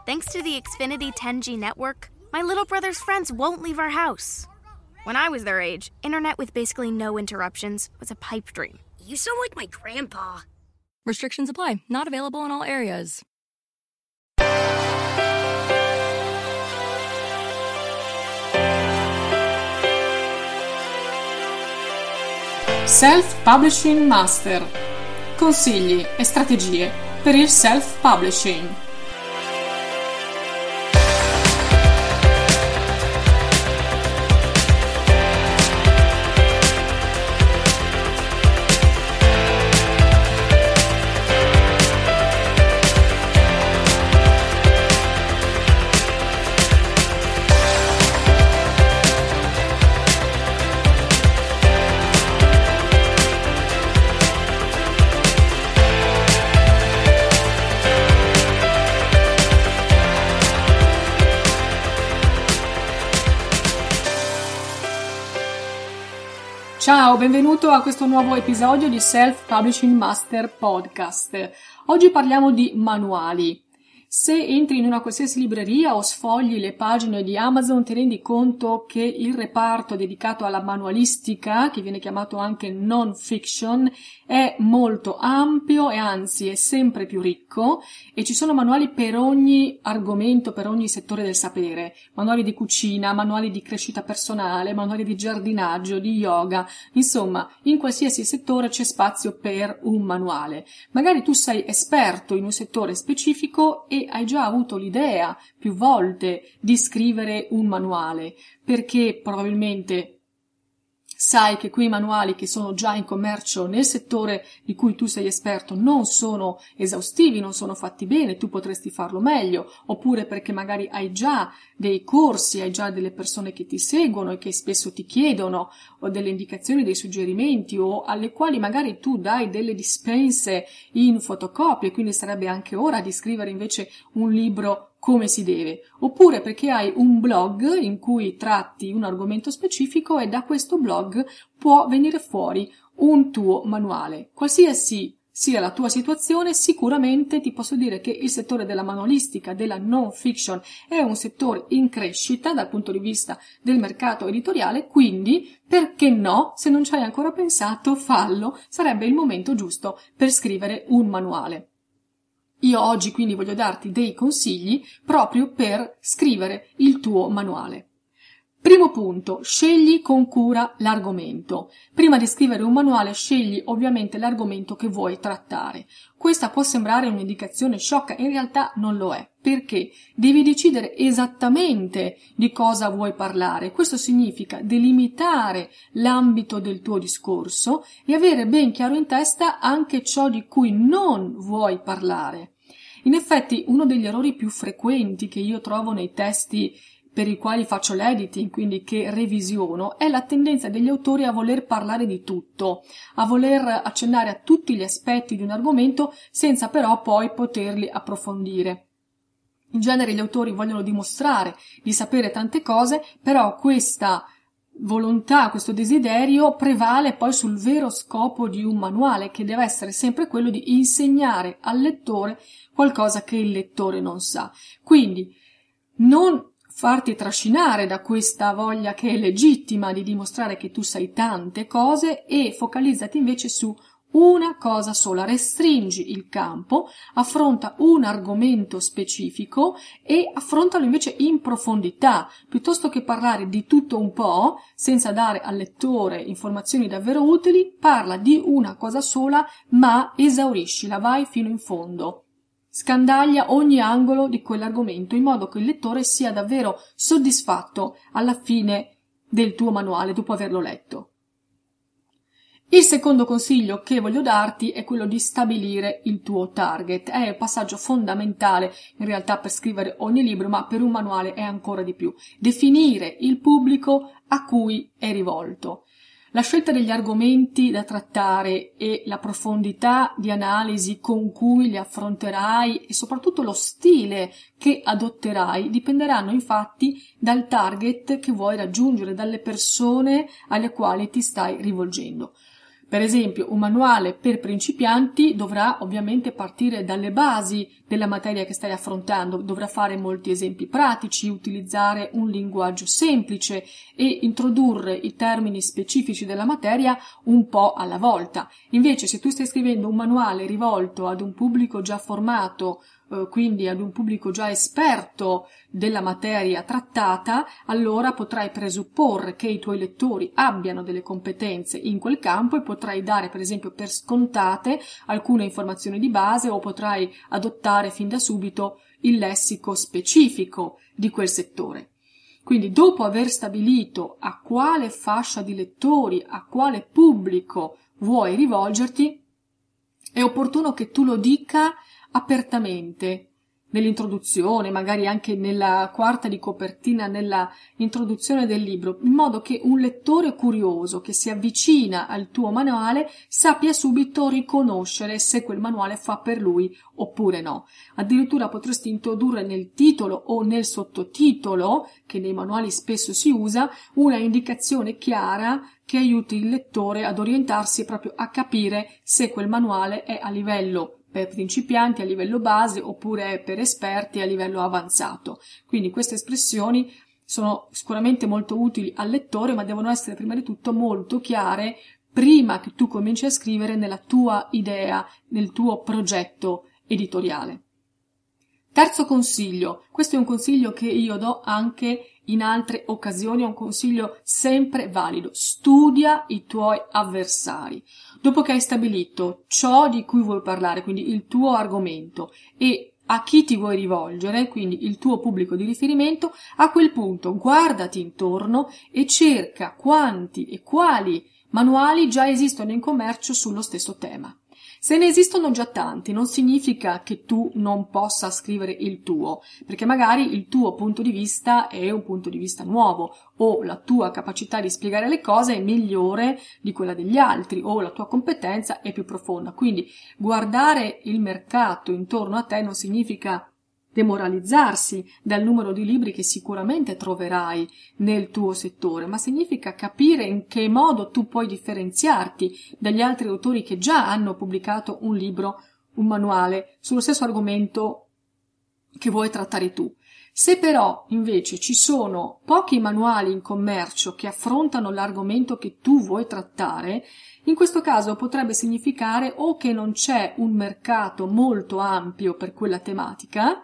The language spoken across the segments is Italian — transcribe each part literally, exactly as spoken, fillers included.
Thanks to the Xfinity ten G network, my little brother's friends won't leave our house. When I was their age, internet with basically no interruptions was a pipe dream. You sound like my grandpa. Restrictions apply. Not available in all areas. Self-Publishing Master. Consigli e strategie per il self-publishing. Ciao, benvenuto a questo nuovo episodio di Self-Publishing Master Podcast. Oggi parliamo di manuali. Se entri in una qualsiasi libreria o sfogli le pagine di Amazon ti rendi conto che il reparto dedicato alla manualistica, che viene chiamato anche non-fiction, è molto ampio e anzi è sempre più ricco e ci sono manuali per ogni argomento, per ogni settore del sapere. Manuali di cucina, manuali di crescita personale, manuali di giardinaggio, di yoga. Insomma, in qualsiasi settore c'è spazio per un manuale. Magari tu sei esperto in un settore specifico e hai già avuto l'idea più volte di scrivere un manuale, perché probabilmente sai che quei manuali che sono già in commercio nel settore di cui tu sei esperto non sono esaustivi, non sono fatti bene, tu potresti farlo meglio, oppure perché magari hai già dei corsi, hai già delle persone che ti seguono e che spesso ti chiedono o delle indicazioni, dei suggerimenti o alle quali magari tu dai delle dispense in fotocopie, quindi sarebbe anche ora di scrivere invece un libro come si deve, oppure perché hai un blog in cui tratti un argomento specifico e da questo blog può venire fuori un tuo manuale. Qualsiasi sia la tua situazione, sicuramente ti posso dire che il settore della manualistica, della non fiction, è un settore in crescita dal punto di vista del mercato editoriale, quindi perché no, se non ci hai ancora pensato, fallo, sarebbe il momento giusto per scrivere un manuale. Io oggi quindi voglio darti dei consigli proprio per scrivere il tuo manuale. Primo punto, scegli con cura l'argomento. Prima di scrivere un manuale scegli ovviamente l'argomento che vuoi trattare. Questa può sembrare un'indicazione sciocca, in realtà non lo è. Perché? Devi decidere esattamente di cosa vuoi parlare. Questo significa delimitare l'ambito del tuo discorso e avere ben chiaro in testa anche ciò di cui non vuoi parlare. In effetti, uno degli errori più frequenti che io trovo nei testi per i quali faccio l'editing, quindi che revisiono, è la tendenza degli autori a voler parlare di tutto, a voler accennare a tutti gli aspetti di un argomento senza però poi poterli approfondire. In genere gli autori vogliono dimostrare di sapere tante cose, però questa volontà, questo desiderio prevale poi sul vero scopo di un manuale, che deve essere sempre quello di insegnare al lettore qualcosa che il lettore non sa. Quindi non farti trascinare da questa voglia che è legittima di dimostrare che tu sai tante cose e focalizzati invece su una cosa sola, restringi il campo, affronta un argomento specifico e affrontalo invece in profondità, piuttosto che parlare di tutto un po' senza dare al lettore informazioni davvero utili, parla di una cosa sola ma esauriscila, vai fino in fondo. Scandaglia ogni angolo di quell'argomento in modo che il lettore sia davvero soddisfatto alla fine del tuo manuale dopo averlo letto. Il secondo consiglio che voglio darti è quello di stabilire il tuo target. È il passaggio fondamentale in realtà per scrivere ogni libro, ma per un manuale è ancora di più. Definire il pubblico a cui è rivolto. La scelta degli argomenti da trattare e la profondità di analisi con cui li affronterai e soprattutto lo stile che adotterai dipenderanno infatti dal target che vuoi raggiungere, dalle persone alle quali ti stai rivolgendo. Per esempio, un manuale per principianti dovrà ovviamente partire dalle basi della materia che stai affrontando, dovrà fare molti esempi pratici, utilizzare un linguaggio semplice e introdurre i termini specifici della materia un po' alla volta. Invece, se tu stai scrivendo un manuale rivolto ad un pubblico già formato, eh, quindi ad un pubblico già esperto della materia trattata, allora potrai presupporre che i tuoi lettori abbiano delle competenze in quel campo e potrai dare, per esempio, per scontate alcune informazioni di base o potrai adottare fin da subito il lessico specifico di quel settore. Quindi, dopo aver stabilito a quale fascia di lettori, a quale pubblico vuoi rivolgerti, è opportuno che tu lo dica apertamente, nell'introduzione, magari anche nella quarta di copertina, nella introduzione del libro, in modo che un lettore curioso che si avvicina al tuo manuale sappia subito riconoscere se quel manuale fa per lui oppure no. Addirittura potresti introdurre nel titolo o nel sottotitolo, che nei manuali spesso si usa, una indicazione chiara che aiuti il lettore ad orientarsi e proprio a capire se quel manuale è a livello per principianti, a livello base, oppure per esperti a livello avanzato. Quindi queste espressioni sono sicuramente molto utili al lettore, ma devono essere prima di tutto molto chiare prima che tu cominci a scrivere nella tua idea, nel tuo progetto editoriale. Terzo consiglio, questo è un consiglio che io do anche in altre occasioni, è un consiglio sempre valido: studia i tuoi avversari. Dopo che hai stabilito ciò di cui vuoi parlare, quindi il tuo argomento, e a chi ti vuoi rivolgere, quindi il tuo pubblico di riferimento, a quel punto guardati intorno e cerca quanti e quali manuali già esistono in commercio sullo stesso tema. Se ne esistono già tanti, non significa che tu non possa scrivere il tuo, perché magari il tuo punto di vista è un punto di vista nuovo, o la tua capacità di spiegare le cose è migliore di quella degli altri, o la tua competenza è più profonda. Quindi guardare il mercato intorno a te non significa demoralizzarsi dal numero di libri che sicuramente troverai nel tuo settore, ma significa capire in che modo tu puoi differenziarti dagli altri autori che già hanno pubblicato un libro, un manuale sullo stesso argomento che vuoi trattare tu. Se però invece ci sono pochi manuali in commercio che affrontano l'argomento che tu vuoi trattare, in questo caso potrebbe significare o che non c'è un mercato molto ampio per quella tematica,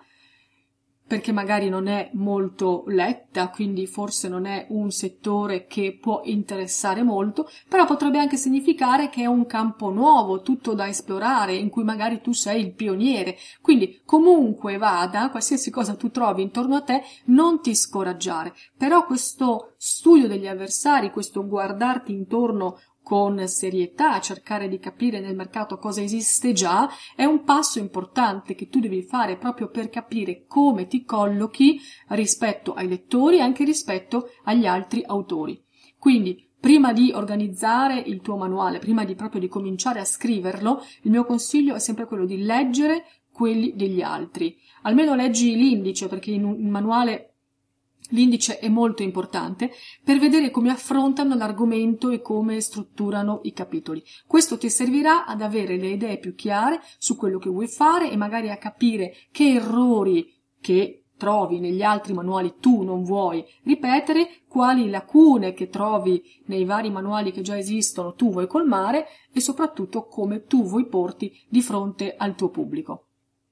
perché magari non è molto letta, quindi forse non è un settore che può interessare molto, però potrebbe anche significare che è un campo nuovo, tutto da esplorare, in cui magari tu sei il pioniere. Quindi comunque vada, qualsiasi cosa tu trovi intorno a te, non ti scoraggiare. Però questo studio degli avversari, questo guardarti intorno con serietà, cercare di capire nel mercato cosa esiste già, è un passo importante che tu devi fare proprio per capire come ti collochi rispetto ai lettori e anche rispetto agli altri autori. Quindi, prima di organizzare il tuo manuale, prima di proprio di cominciare a scriverlo, il mio consiglio è sempre quello di leggere quelli degli altri. Almeno leggi l'indice, perché in un manuale l'indice è molto importante, per vedere come affrontano l'argomento e come strutturano i capitoli. Questo ti servirà ad avere le idee più chiare su quello che vuoi fare e magari a capire che errori che trovi negli altri manuali tu non vuoi ripetere, quali lacune che trovi nei vari manuali che già esistono tu vuoi colmare e soprattutto come tu vuoi porti di fronte al tuo pubblico.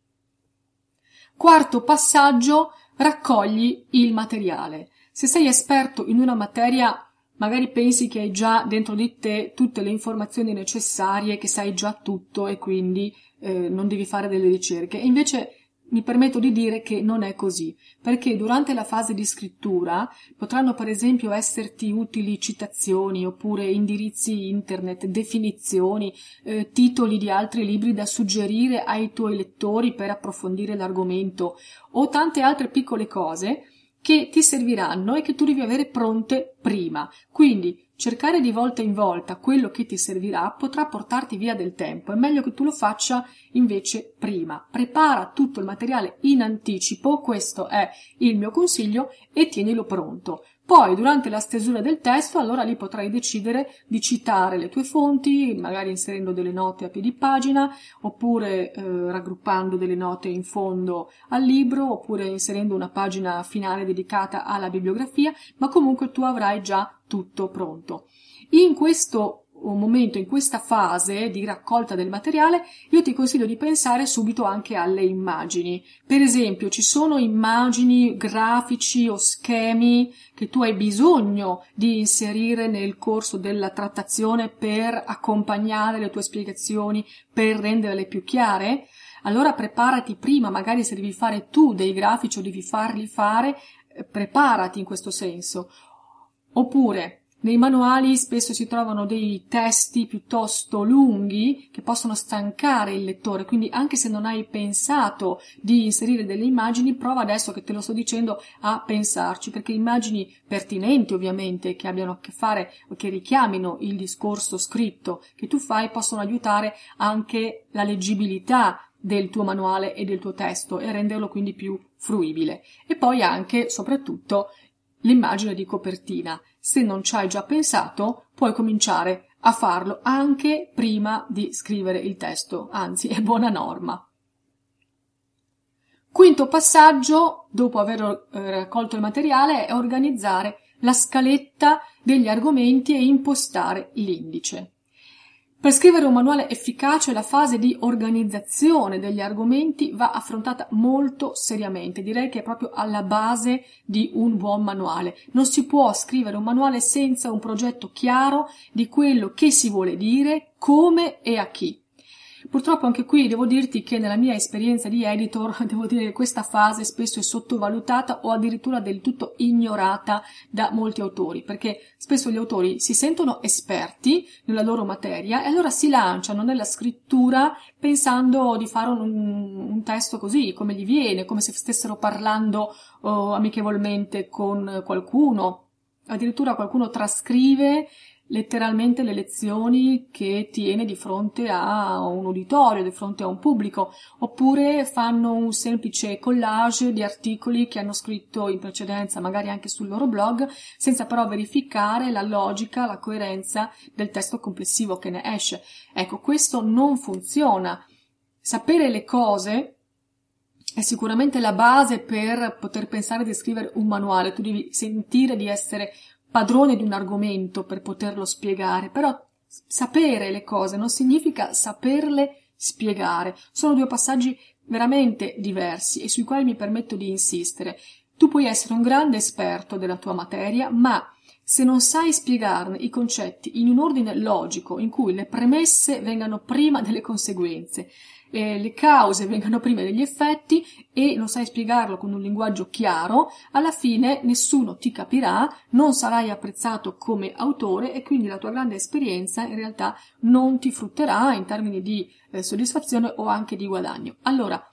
Quarto passaggio: raccogli il materiale. Se sei esperto in una materia, magari pensi che hai già dentro di te tutte le informazioni necessarie, che sai già tutto e quindi eh, non devi fare delle ricerche. E invece mi permetto di dire che non è così, perché durante la fase di scrittura potranno per esempio esserti utili citazioni oppure indirizzi internet, definizioni, eh, titoli di altri libri da suggerire ai tuoi lettori per approfondire l'argomento o tante altre piccole cose che ti serviranno e che tu devi avere pronte prima. Quindi cercare di volta in volta quello che ti servirà potrà portarti via del tempo. È meglio che tu lo faccia invece prima. Prepara tutto il materiale in anticipo, questo è il mio consiglio, e tienilo pronto. Poi, durante la stesura del testo, allora lì potrai decidere di citare le tue fonti, magari inserendo delle note a piedi pagina, oppure eh, raggruppando delle note in fondo al libro, oppure inserendo una pagina finale dedicata alla bibliografia, ma comunque tu avrai già tutto pronto. In questo momento, in questa fase di raccolta del materiale, io ti consiglio di pensare subito anche alle immagini. Per esempio, ci sono immagini, grafici o schemi che tu hai bisogno di inserire nel corso della trattazione per accompagnare le tue spiegazioni, per renderle più chiare? Allora preparati prima, magari se devi fare tu dei grafici o devi farli fare, preparati in questo senso. Oppure, nei manuali spesso si trovano dei testi piuttosto lunghi che possono stancare il lettore, quindi anche se non hai pensato di inserire delle immagini, prova adesso che te lo sto dicendo a pensarci, perché immagini pertinenti ovviamente, che abbiano a che fare o che richiamino il discorso scritto che tu fai, possono aiutare anche la leggibilità del tuo manuale e del tuo testo e renderlo quindi più fruibile. E poi anche, soprattutto, l'immagine di copertina. Se non ci hai già pensato, puoi cominciare a farlo anche prima di scrivere il testo, anzi è buona norma. Quinto passaggio, dopo aver raccolto il materiale, è organizzare la scaletta degli argomenti e impostare l'indice. Per scrivere un manuale efficace la fase di organizzazione degli argomenti va affrontata molto seriamente, direi che è proprio alla base di un buon manuale. Non si può scrivere un manuale senza un progetto chiaro di quello che si vuole dire, come e a chi. Purtroppo anche qui devo dirti che nella mia esperienza di editor devo dire che questa fase spesso è sottovalutata o addirittura del tutto ignorata da molti autori, perché spesso gli autori si sentono esperti nella loro materia e allora si lanciano nella scrittura pensando di fare un, un testo così, come gli viene, come se stessero parlando oh, amichevolmente con qualcuno. Addirittura qualcuno trascrive letteralmente le lezioni che tiene di fronte a un uditorio, di fronte a un pubblico, oppure fanno un semplice collage di articoli che hanno scritto in precedenza, magari anche sul loro blog, senza però verificare la logica, la coerenza del testo complessivo che ne esce. Ecco, questo non funziona. Sapere le cose è sicuramente la base per poter pensare di scrivere un manuale. Tu devi sentire di essere padrone di un argomento per poterlo spiegare, però sapere le cose non significa saperle spiegare. Sono due passaggi veramente diversi e sui quali mi permetto di insistere. Tu puoi essere un grande esperto della tua materia, ma se non sai spiegarne i concetti in un ordine logico, in cui le premesse vengano prima delle conseguenze, eh, le cause vengano prima degli effetti e non sai spiegarlo con un linguaggio chiaro, alla fine nessuno ti capirà, non sarai apprezzato come autore e quindi la tua grande esperienza in realtà non ti frutterà in termini di eh, soddisfazione o anche di guadagno. Allora,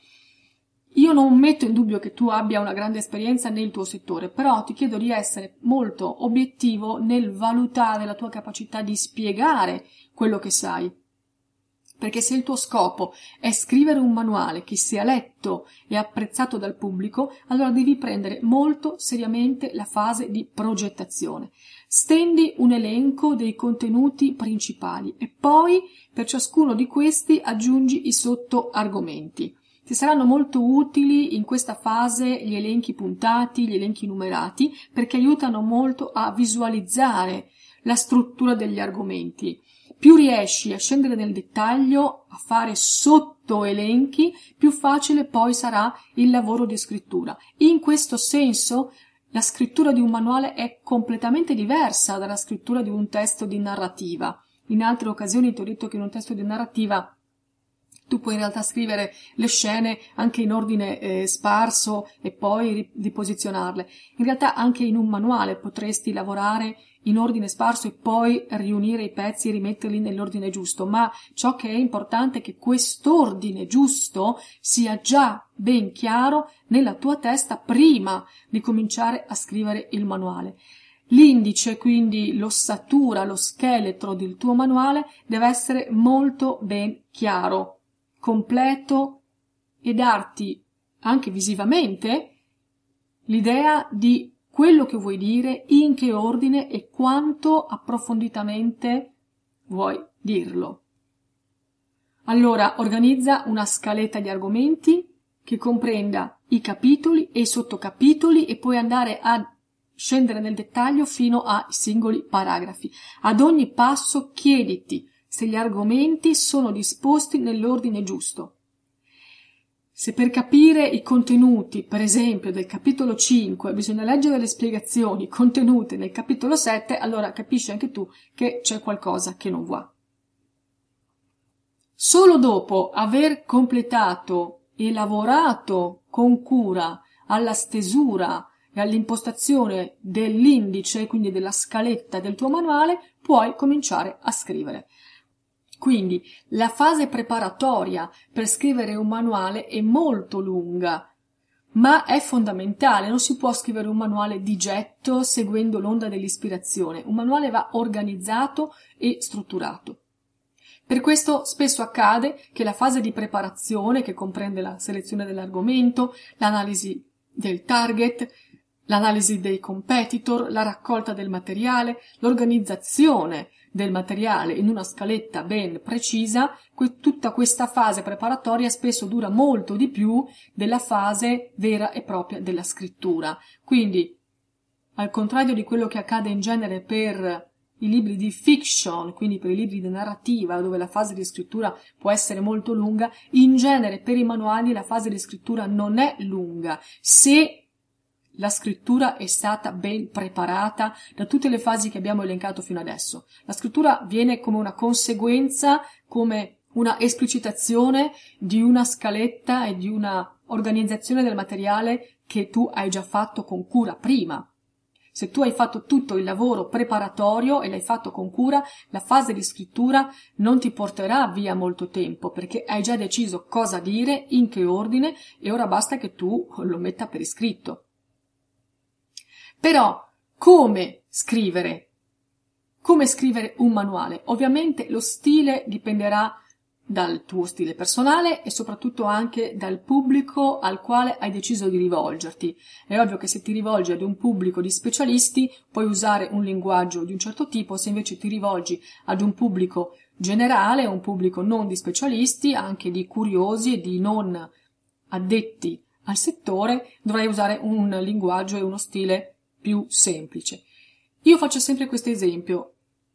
io non metto in dubbio che tu abbia una grande esperienza nel tuo settore, però ti chiedo di essere molto obiettivo nel valutare la tua capacità di spiegare quello che sai. Perché se il tuo scopo è scrivere un manuale che sia letto e apprezzato dal pubblico, allora devi prendere molto seriamente la fase di progettazione. Stendi un elenco dei contenuti principali e poi per ciascuno di questi aggiungi i sottoargomenti. Ti saranno molto utili in questa fase gli elenchi puntati, gli elenchi numerati, perché aiutano molto a visualizzare la struttura degli argomenti. Più riesci a scendere nel dettaglio, a fare sottoelenchi, più facile poi sarà il lavoro di scrittura. In questo senso, la scrittura di un manuale è completamente diversa dalla scrittura di un testo di narrativa. In altre occasioni ti ho detto che in un testo di narrativa tu puoi in realtà scrivere le scene anche in ordine eh, sparso e poi riposizionarle. In realtà anche in un manuale potresti lavorare in ordine sparso e poi riunire i pezzi e rimetterli nell'ordine giusto, ma ciò che è importante è che quest'ordine giusto sia già ben chiaro nella tua testa prima di cominciare a scrivere il manuale. L'indice, quindi l'ossatura, lo scheletro del tuo manuale, deve essere molto ben chiaro, completo e darti anche visivamente l'idea di quello che vuoi dire, in che ordine e quanto approfonditamente vuoi dirlo. Allora, organizza una scaletta di argomenti che comprenda i capitoli e i sottocapitoli e puoi andare a scendere nel dettaglio fino ai singoli paragrafi. Ad ogni passo chiediti se gli argomenti sono disposti nell'ordine giusto. Se per capire i contenuti, per esempio, del capitolo cinque bisogna leggere le spiegazioni contenute nel capitolo sette, allora capisci anche tu che c'è qualcosa che non va. Solo dopo aver completato e lavorato con cura alla stesura e all'impostazione dell'indice, quindi della scaletta del tuo manuale, puoi cominciare a scrivere. Quindi la fase preparatoria per scrivere un manuale è molto lunga, ma è fondamentale. Non si può scrivere un manuale di getto seguendo l'onda dell'ispirazione. Un manuale va organizzato e strutturato. Per questo spesso accade che la fase di preparazione, che comprende la selezione dell'argomento, l'analisi del target, l'analisi dei competitor, la raccolta del materiale, l'organizzazione del materiale in una scaletta ben precisa, tutta questa fase preparatoria spesso dura molto di più della fase vera e propria della scrittura. Quindi, al contrario di quello che accade in genere per i libri di fiction, quindi per i libri di narrativa, dove la fase di scrittura può essere molto lunga, in genere per i manuali la fase di scrittura non è lunga, se la scrittura è stata ben preparata da tutte le fasi che abbiamo elencato fino adesso. La scrittura viene come una conseguenza, come una esplicitazione di una scaletta e di una organizzazione del materiale che tu hai già fatto con cura prima. Se tu hai fatto tutto il lavoro preparatorio e l'hai fatto con cura, la fase di scrittura non ti porterà via molto tempo, perché hai già deciso cosa dire, in che ordine, e ora basta che tu lo metta per iscritto. Però, come scrivere? Come scrivere un manuale? Ovviamente lo stile dipenderà dal tuo stile personale e soprattutto anche dal pubblico al quale hai deciso di rivolgerti. È ovvio che se ti rivolgi ad un pubblico di specialisti puoi usare un linguaggio di un certo tipo, se invece ti rivolgi ad un pubblico generale, un pubblico non di specialisti, anche di curiosi e di non addetti al settore, dovrai usare un linguaggio e uno stile più semplice. Io faccio sempre questo esempio.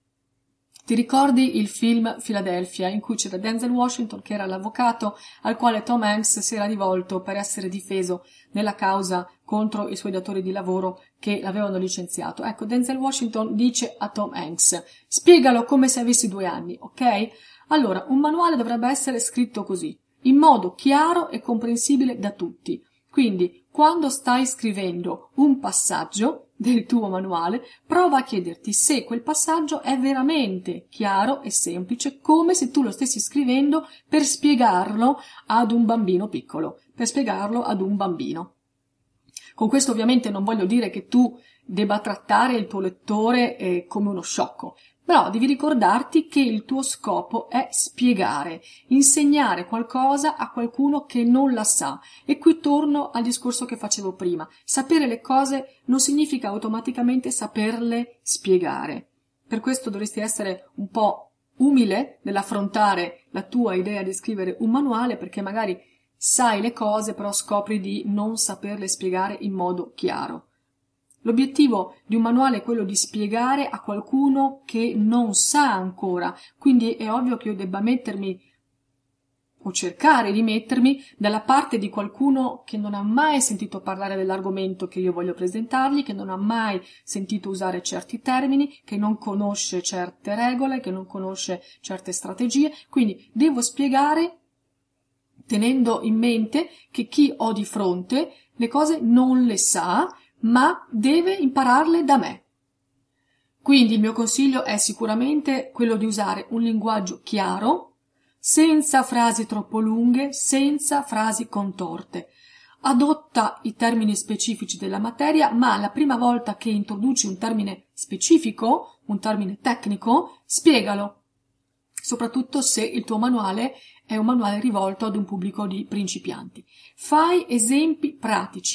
Ti ricordi il film Philadelphia, in cui c'era Denzel Washington, che era l'avvocato al quale Tom Hanks si era rivolto per essere difeso nella causa contro i suoi datori di lavoro che l'avevano licenziato? Ecco, Denzel Washington dice a Tom Hanks: spiegalo come se avessi due anni, ok? Allora, un manuale dovrebbe essere scritto così, in modo chiaro e comprensibile da tutti. Quindi, quando stai scrivendo un passaggio del tuo manuale, prova a chiederti se quel passaggio è veramente chiaro e semplice, come se tu lo stessi scrivendo per spiegarlo ad un bambino piccolo, per spiegarlo ad un bambino. Con questo ovviamente non voglio dire che tu debba trattare il tuo lettore eh, come uno sciocco, però devi ricordarti che il tuo scopo è spiegare, insegnare qualcosa a qualcuno che non la sa. E qui torno al discorso che facevo prima. Sapere le cose non significa automaticamente saperle spiegare. Per questo dovresti essere un po' umile nell'affrontare la tua idea di scrivere un manuale, perché magari sai le cose, però scopri di non saperle spiegare in modo chiaro. L'obiettivo di un manuale è quello di spiegare a qualcuno che non sa ancora, quindi è ovvio che io debba mettermi o cercare di mettermi dalla parte di qualcuno che non ha mai sentito parlare dell'argomento che io voglio presentargli, che non ha mai sentito usare certi termini, che non conosce certe regole, che non conosce certe strategie, quindi devo spiegare tenendo in mente che chi ho di fronte le cose non le sa, ma deve impararle da me. Quindi il mio consiglio è sicuramente quello di usare un linguaggio chiaro, senza frasi troppo lunghe, senza frasi contorte. Adotta i termini specifici della materia, ma la prima volta che introduci un termine specifico, un termine tecnico, spiegalo. Soprattutto se il tuo manuale è un manuale rivolto ad un pubblico di principianti. Fai esempi pratici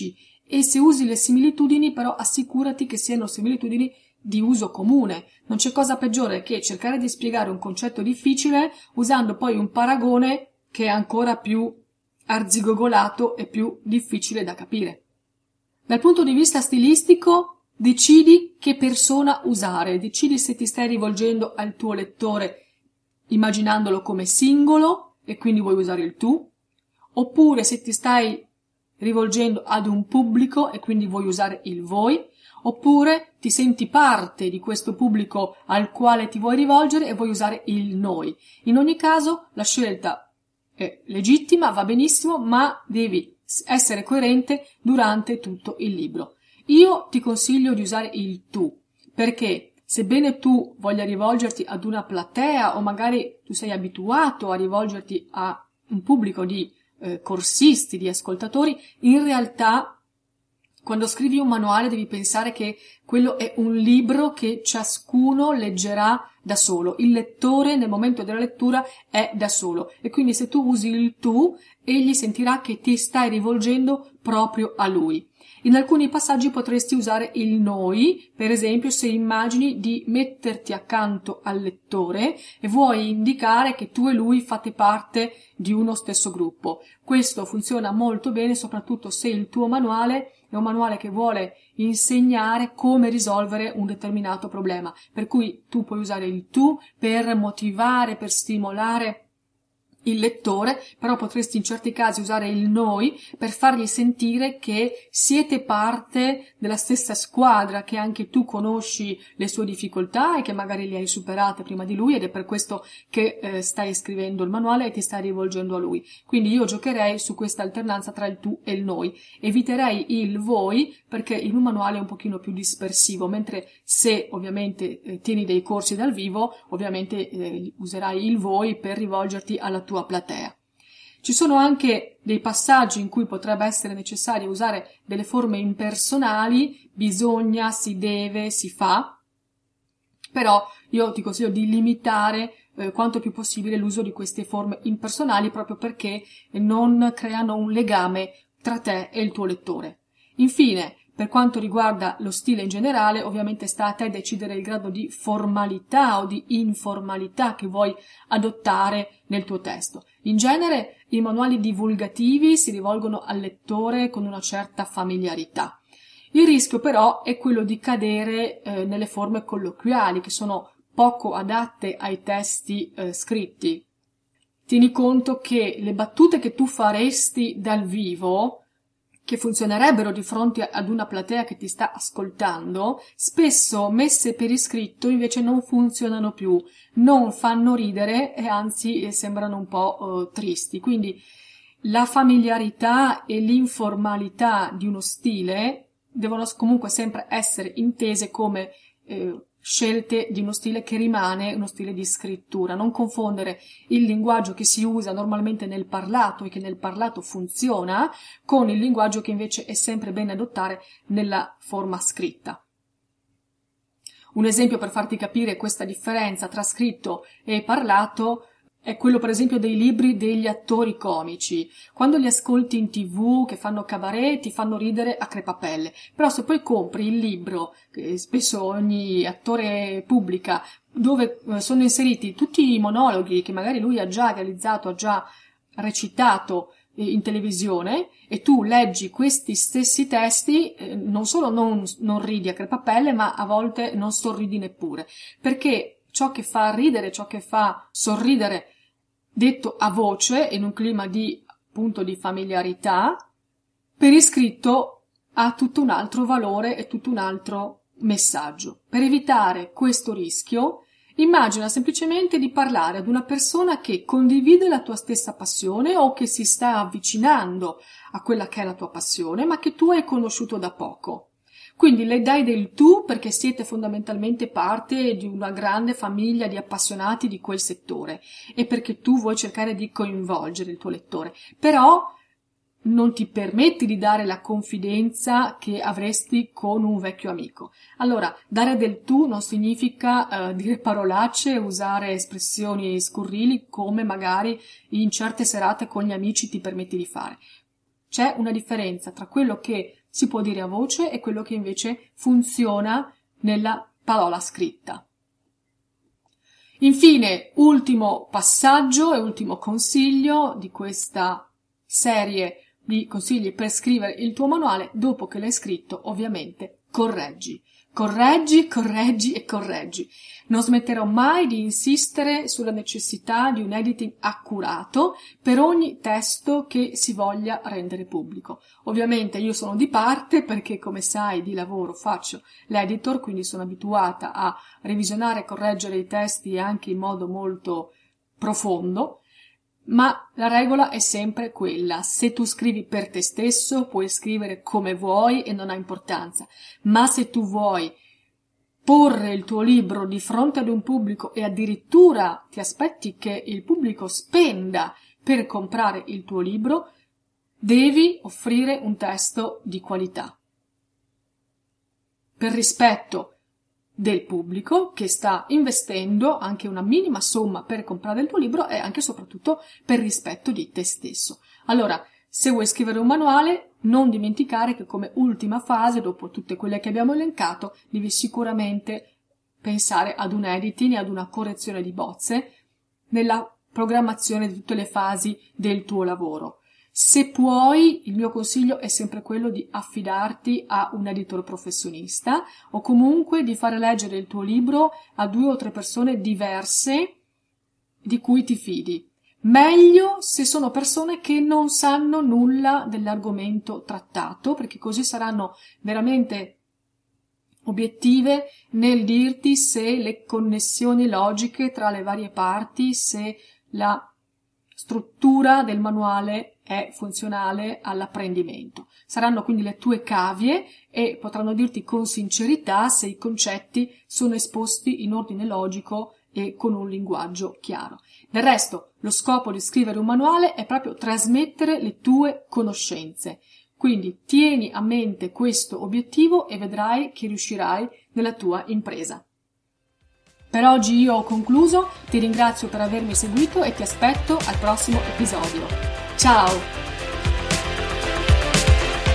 e se usi le similitudini però assicurati che siano similitudini di uso comune. Non c'è cosa peggiore che cercare di spiegare un concetto difficile usando poi un paragone che è ancora più arzigogolato e più difficile da capire. Dal punto di vista stilistico, decidi che persona usare, decidi se ti stai rivolgendo al tuo lettore immaginandolo come singolo e quindi vuoi usare il tu, oppure se ti stai rivolgendo ad un pubblico e quindi vuoi usare il voi, oppure ti senti parte di questo pubblico al quale ti vuoi rivolgere e vuoi usare il noi. In ogni caso la scelta è legittima, va benissimo, ma devi essere coerente durante tutto il libro. Io ti consiglio di usare il tu, perché sebbene tu voglia rivolgerti ad una platea o magari tu sei abituato a rivolgerti a un pubblico di eh, corsisti, di ascoltatori, in realtà quando scrivi un manuale devi pensare che quello è un libro che ciascuno leggerà da solo. Il lettore nel momento della lettura è da solo e quindi se tu usi il tu, egli sentirà che ti stai rivolgendo proprio a lui. In alcuni passaggi potresti usare il noi, per esempio se immagini di metterti accanto al lettore e vuoi indicare che tu e lui fate parte di uno stesso gruppo. Questo funziona molto bene soprattutto se il tuo manuale è un manuale che vuole insegnare come risolvere un determinato problema, per cui tu puoi usare il tu per motivare, per stimolare il lettore, però potresti in certi casi usare il noi per fargli sentire che siete parte della stessa squadra, che anche tu conosci le sue difficoltà e che magari le hai superate prima di lui ed è per questo che eh, stai scrivendo il manuale e ti stai rivolgendo a lui. Quindi io giocherei su questa alternanza tra il tu e il noi. Eviterei il voi perché in un manuale è un pochino più dispersivo, mentre se ovviamente eh, tieni dei corsi dal vivo, ovviamente eh, userai il voi per rivolgerti alla tua platea. Ci sono anche dei passaggi in cui potrebbe essere necessario usare delle forme impersonali, bisogna, si deve, si fa, però io ti consiglio di limitare eh, quanto più possibile l'uso di queste forme impersonali proprio perché non creano un legame tra te e il tuo lettore. Infine, per quanto riguarda lo stile in generale, ovviamente sta a te decidere il grado di formalità o di informalità che vuoi adottare nel tuo testo. In genere i manuali divulgativi si rivolgono al lettore con una certa familiarità. Il rischio però è quello di cadere eh, nelle forme colloquiali che sono poco adatte ai testi eh, scritti. Tieni conto che le battute che tu faresti dal vivo, che funzionerebbero di fronte ad una platea che ti sta ascoltando, spesso messe per iscritto invece non funzionano più, non fanno ridere e anzi sembrano un po' uh, tristi. Quindi la familiarità e l'informalità di uno stile devono comunque sempre essere intese come eh, scelte di uno stile che rimane uno stile di scrittura. Non confondere il linguaggio che si usa normalmente nel parlato e che nel parlato funziona con il linguaggio che invece è sempre bene adottare nella forma scritta. Un esempio per farti capire questa differenza tra scritto e parlato è quello per esempio dei libri degli attori comici. Quando li ascolti in tv che fanno cabaret ti fanno ridere a crepapelle, però se poi compri il libro, che spesso ogni attore pubblica, dove sono inseriti tutti i monologhi che magari lui ha già realizzato, ha già recitato in televisione, e tu leggi questi stessi testi, eh, non solo non, non ridi a crepapelle, ma a volte non sorridi neppure, perché ciò che fa ridere, ciò che fa sorridere detto a voce in un clima di appunto di familiarità, per iscritto ha tutto un altro valore e tutto un altro messaggio. Per evitare questo rischio, immagina semplicemente di parlare ad una persona che condivide la tua stessa passione o che si sta avvicinando a quella che è la tua passione, ma che tu hai conosciuto da poco. Quindi le dai del tu perché siete fondamentalmente parte di una grande famiglia di appassionati di quel settore e perché tu vuoi cercare di coinvolgere il tuo lettore, però non ti permetti di dare la confidenza che avresti con un vecchio amico. Allora, dare del tu non significa uh, dire parolacce, usare espressioni scurrili come magari in certe serate con gli amici ti permetti di fare. C'è una differenza tra quello che si può dire a voce e quello che invece funziona nella parola scritta. Infine, ultimo passaggio e ultimo consiglio di questa serie di consigli per scrivere il tuo manuale. Dopo che l'hai scritto, ovviamente, correggi. Correggi, correggi e correggi. Non smetterò mai di insistere sulla necessità di un editing accurato per ogni testo che si voglia rendere pubblico. Ovviamente io sono di parte perché, come sai, di lavoro faccio l'editor, quindi sono abituata a revisionare e correggere i testi anche in modo molto profondo. Ma la regola è sempre quella: se tu scrivi per te stesso puoi scrivere come vuoi e non ha importanza, ma se tu vuoi porre il tuo libro di fronte ad un pubblico e addirittura ti aspetti che il pubblico spenda per comprare il tuo libro, devi offrire un testo di qualità. Per rispetto del pubblico che sta investendo anche una minima somma per comprare il tuo libro e anche e soprattutto per rispetto di te stesso. Allora, se vuoi scrivere un manuale, non dimenticare che come ultima fase, dopo tutte quelle che abbiamo elencato, devi sicuramente pensare ad un editing e ad una correzione di bozze nella programmazione di tutte le fasi del tuo lavoro. Se puoi, il mio consiglio è sempre quello di affidarti a un editor professionista o comunque di fare leggere il tuo libro a due o tre persone diverse di cui ti fidi. Meglio se sono persone che non sanno nulla dell'argomento trattato, perché così saranno veramente obiettive nel dirti se le connessioni logiche tra le varie parti, se la struttura del manuale è funzionale all'apprendimento. Saranno quindi le tue cavie e potranno dirti con sincerità se i concetti sono esposti in ordine logico e con un linguaggio chiaro. Del resto, lo scopo di scrivere un manuale è proprio trasmettere le tue conoscenze. Quindi tieni a mente questo obiettivo e vedrai che riuscirai nella tua impresa. Per oggi io ho concluso, ti ringrazio per avermi seguito e ti aspetto al prossimo episodio. Ciao!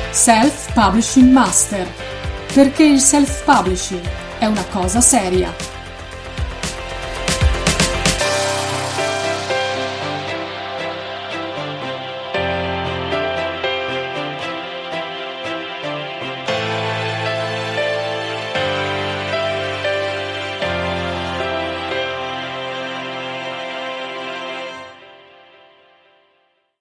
Self Publishing Master. Perché il self-publishing è una cosa seria.